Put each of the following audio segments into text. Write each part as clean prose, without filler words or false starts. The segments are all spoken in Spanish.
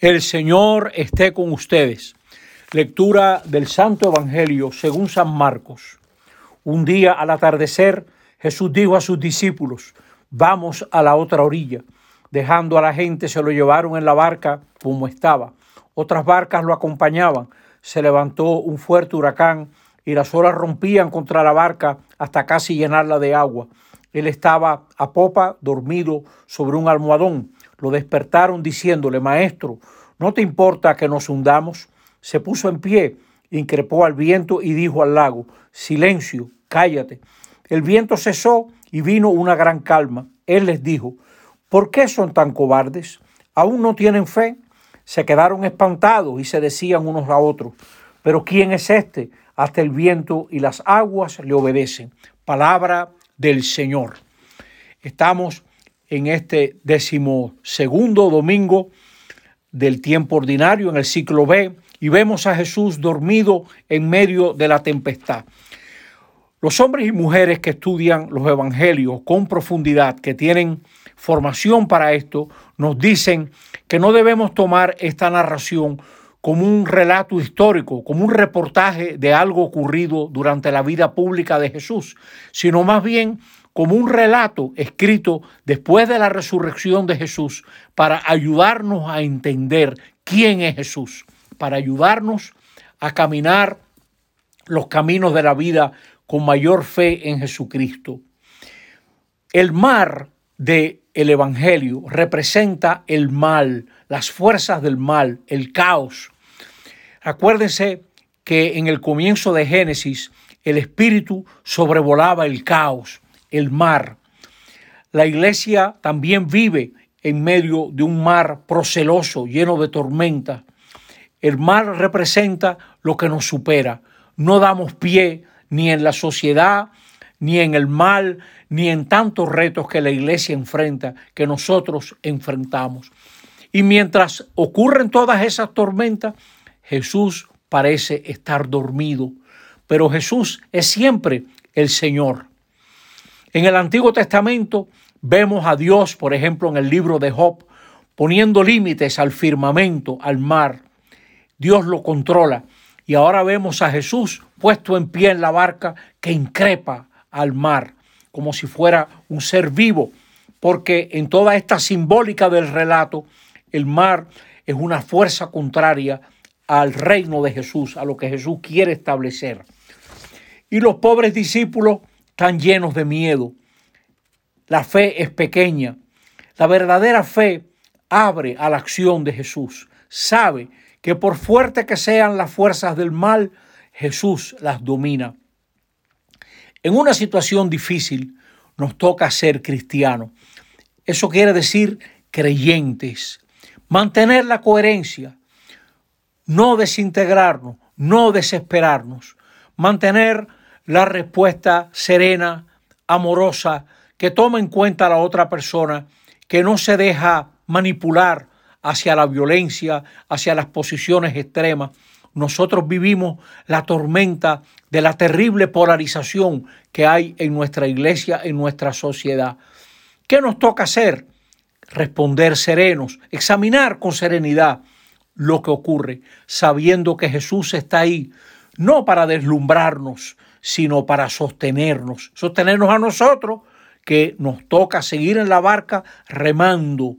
El Señor esté con ustedes. Lectura del Santo Evangelio según San Marcos. Un día al atardecer, Jesús dijo a sus discípulos: vamos a la otra orilla. Dejando a la gente, se lo llevaron en la barca como estaba. Otras barcas lo acompañaban. Se levantó un fuerte huracán y las olas rompían contra la barca hasta casi llenarla de agua. Él estaba a popa, dormido sobre un almohadón. Lo despertaron diciéndole: Maestro, ¿no te importa que nos hundamos? Se puso en pie, increpó al viento y dijo al lago: Silencio, cállate. El viento cesó y vino una gran calma. Él les dijo: ¿por qué son tan cobardes? ¿Aún no tienen fe? Se quedaron espantados y se decían unos a otros: ¿pero quién es este? Hasta el viento y las aguas le obedecen. Palabra del Señor. Estamos en este 12º domingo del tiempo ordinario, en el ciclo B, y vemos a Jesús dormido en medio de la tempestad. Los hombres y mujeres que estudian los evangelios con profundidad, que tienen formación para esto, nos dicen que no debemos tomar esta narración como un relato histórico, como un reportaje de algo ocurrido durante la vida pública de Jesús, sino más bien como un relato escrito después de la resurrección de Jesús para ayudarnos a entender quién es Jesús, para ayudarnos a caminar los caminos de la vida con mayor fe en Jesucristo. El mar del Evangelio representa el mal, las fuerzas del mal, el caos. Acuérdense que en el comienzo de Génesis el Espíritu sobrevolaba el caos, el mar. La iglesia también vive en medio de un mar proceloso, lleno de tormenta. El mar representa lo que nos supera. No damos pie ni en la sociedad, ni en el mal, ni en tantos retos que la iglesia enfrenta, que nosotros enfrentamos. Y mientras ocurren todas esas tormentas, Jesús parece estar dormido, pero Jesús es siempre el Señor. En el Antiguo Testamento vemos a Dios, por ejemplo, en el libro de Job, poniendo límites al firmamento, al mar. Dios lo controla. Y ahora vemos a Jesús puesto en pie en la barca que increpa al mar, como si fuera un ser vivo, porque en toda esta simbólica del relato, el mar es una fuerza contraria al reino de Jesús, a lo que Jesús quiere establecer. Y los pobres discípulos están llenos de miedo. La fe es pequeña. La verdadera fe abre a la acción de Jesús. Sabe que por fuerte que sean las fuerzas del mal, Jesús las domina. En una situación difícil nos toca ser cristianos. Eso quiere decir creyentes. Mantener la coherencia. No desintegrarnos, no desesperarnos, mantener la respuesta serena, amorosa, que toma en cuenta a la otra persona, que no se deja manipular hacia la violencia, hacia las posiciones extremas. Nosotros vivimos la tormenta de la terrible polarización que hay en nuestra iglesia, en nuestra sociedad. ¿Qué nos toca hacer? Responder serenos, examinar con serenidad lo que ocurre, sabiendo que Jesús está ahí, no para deslumbrarnos, sino para sostenernos a nosotros, que nos toca seguir en la barca remando.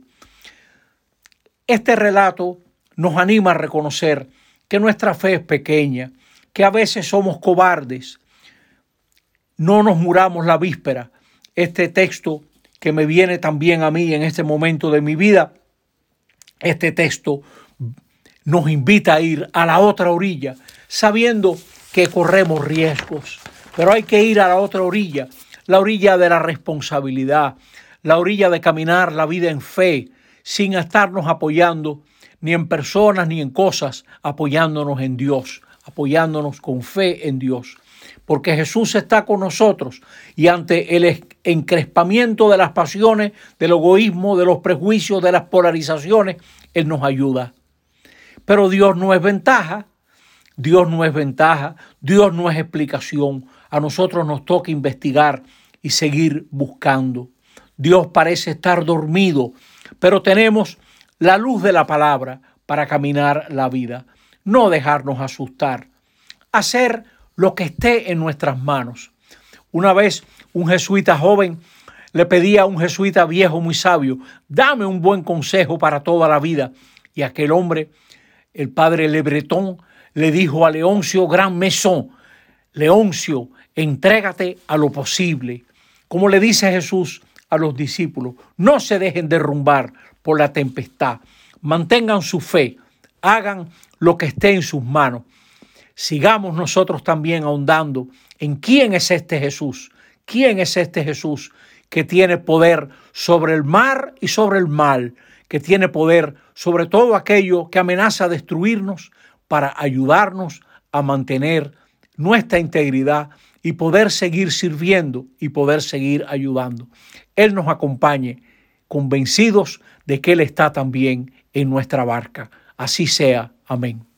Este relato nos anima a reconocer que nuestra fe es pequeña, que a veces somos cobardes. No nos muramos la víspera. Este texto que me viene también a mí en este momento de mi vida, este texto nos invita a ir a la otra orilla, sabiendo que corremos riesgos, pero hay que ir a la otra orilla, la orilla de la responsabilidad, la orilla de caminar la vida en fe, sin estarnos apoyando ni en personas ni en cosas, apoyándonos en Dios, apoyándonos con fe en Dios. Porque Jesús está con nosotros y ante el encrespamiento de las pasiones, del egoísmo, de los prejuicios, de las polarizaciones, Él nos ayuda. Pero Dios no es ventaja, Dios no es explicación. A nosotros nos toca investigar y seguir buscando. Dios parece estar dormido, pero tenemos la luz de la palabra para caminar la vida. No dejarnos asustar. Hacer lo que esté en nuestras manos. Una vez un jesuita joven le pedía a un jesuita viejo muy sabio, dame un buen consejo para toda la vida. Y aquel hombre, el padre Le Breton, le dijo a Leoncio Grand Maison, Leoncio, entrégate a lo posible. Como le dice Jesús a los discípulos, no se dejen derrumbar por la tempestad. Mantengan su fe, hagan lo que esté en sus manos. Sigamos nosotros también ahondando en quién es este Jesús. ¿Quién es este Jesús que tiene poder sobre el mar y sobre el mal? Que tiene poder sobre todo aquello que amenaza destruirnos para ayudarnos a mantener nuestra integridad y poder seguir sirviendo y poder seguir ayudando. Él nos acompañe, convencidos de que Él está también en nuestra barca. Así sea. Amén.